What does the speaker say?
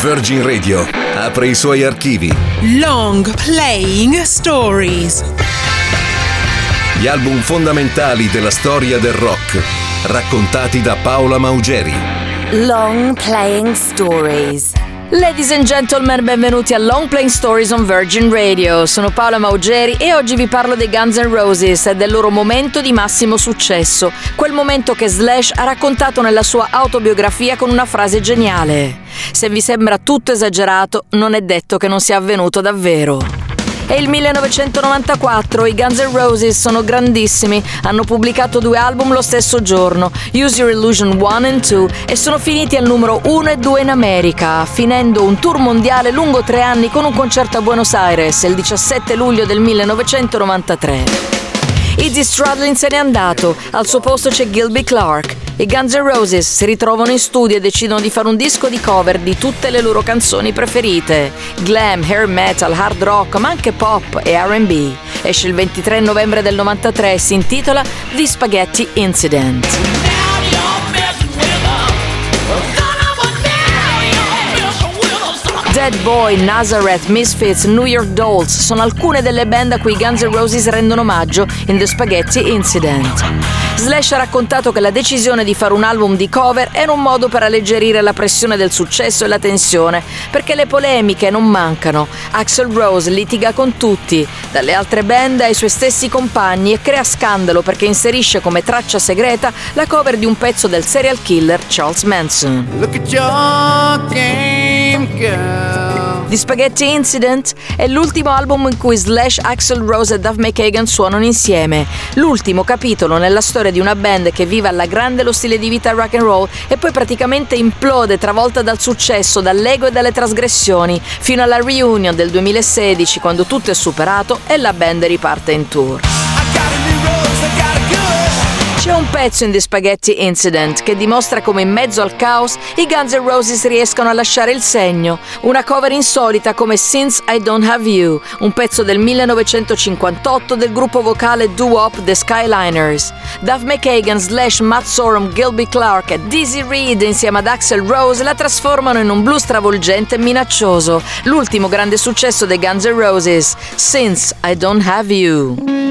Virgin Radio apre i suoi archivi. Long Playing Stories. Gli album fondamentali della storia del rock, raccontati da Paola Maugeri. Long Playing Stories. Ladies and gentlemen, benvenuti a Long Playing Stories on Virgin Radio. Sono Paola Maugeri e oggi vi parlo dei Guns N' Roses e del loro momento di massimo successo. Quel momento che Slash ha raccontato nella sua autobiografia con una frase geniale: se vi sembra tutto esagerato, non è detto che non sia avvenuto davvero. È il 1994, i Guns N' Roses sono grandissimi, hanno pubblicato 2 album lo stesso giorno, Use Your Illusion 1 and 2, e sono finiti al numero 1 e 2 in America, finendo un tour mondiale lungo 3 anni con un concerto a Buenos Aires il 17 luglio del 1993. Izzy Stradlin se n'è andato, al suo posto c'è Gilby Clarke. I Guns N' Roses si ritrovano in studio e decidono di fare un disco di cover di tutte le loro canzoni preferite: glam, hair metal, hard rock, ma anche pop e R&B. Esce il 23 novembre del 93 e si intitola The Spaghetti Incident. Dead Boy, Nazareth, Misfits, New York Dolls sono alcune delle band a cui i Guns N' Roses rendono omaggio in The Spaghetti Incident. Slash ha raccontato che la decisione di fare un album di cover era un modo per alleggerire la pressione del successo e la tensione, perché le polemiche non mancano. Axl Rose litiga con tutti, dalle altre band ai suoi stessi compagni, e crea scandalo perché inserisce come traccia segreta la cover di un pezzo del serial killer Charles Manson. Look at your game, girl. The Spaghetti Incident è l'ultimo album in cui Slash, Axl Rose e Duff McKagan suonano insieme. L'ultimo capitolo nella storia di una band che vive alla grande lo stile di vita rock and roll e poi praticamente implode travolta dal successo, dall'ego e dalle trasgressioni, fino alla reunion del 2016, quando tutto è superato e la band riparte in tour. C'è un pezzo in The Spaghetti Incident che dimostra come in mezzo al caos i Guns N' Roses riescano a lasciare il segno, una cover insolita come Since I Don't Have You, un pezzo del 1958 del gruppo vocale doo-wop The Skyliners. Duff McKagan, Slash, Matt Sorum, Gilby Clarke e Dizzy Reed insieme ad Axl Rose la trasformano in un blues travolgente e minaccioso, l'ultimo grande successo dei Guns N' Roses, Since I Don't Have You.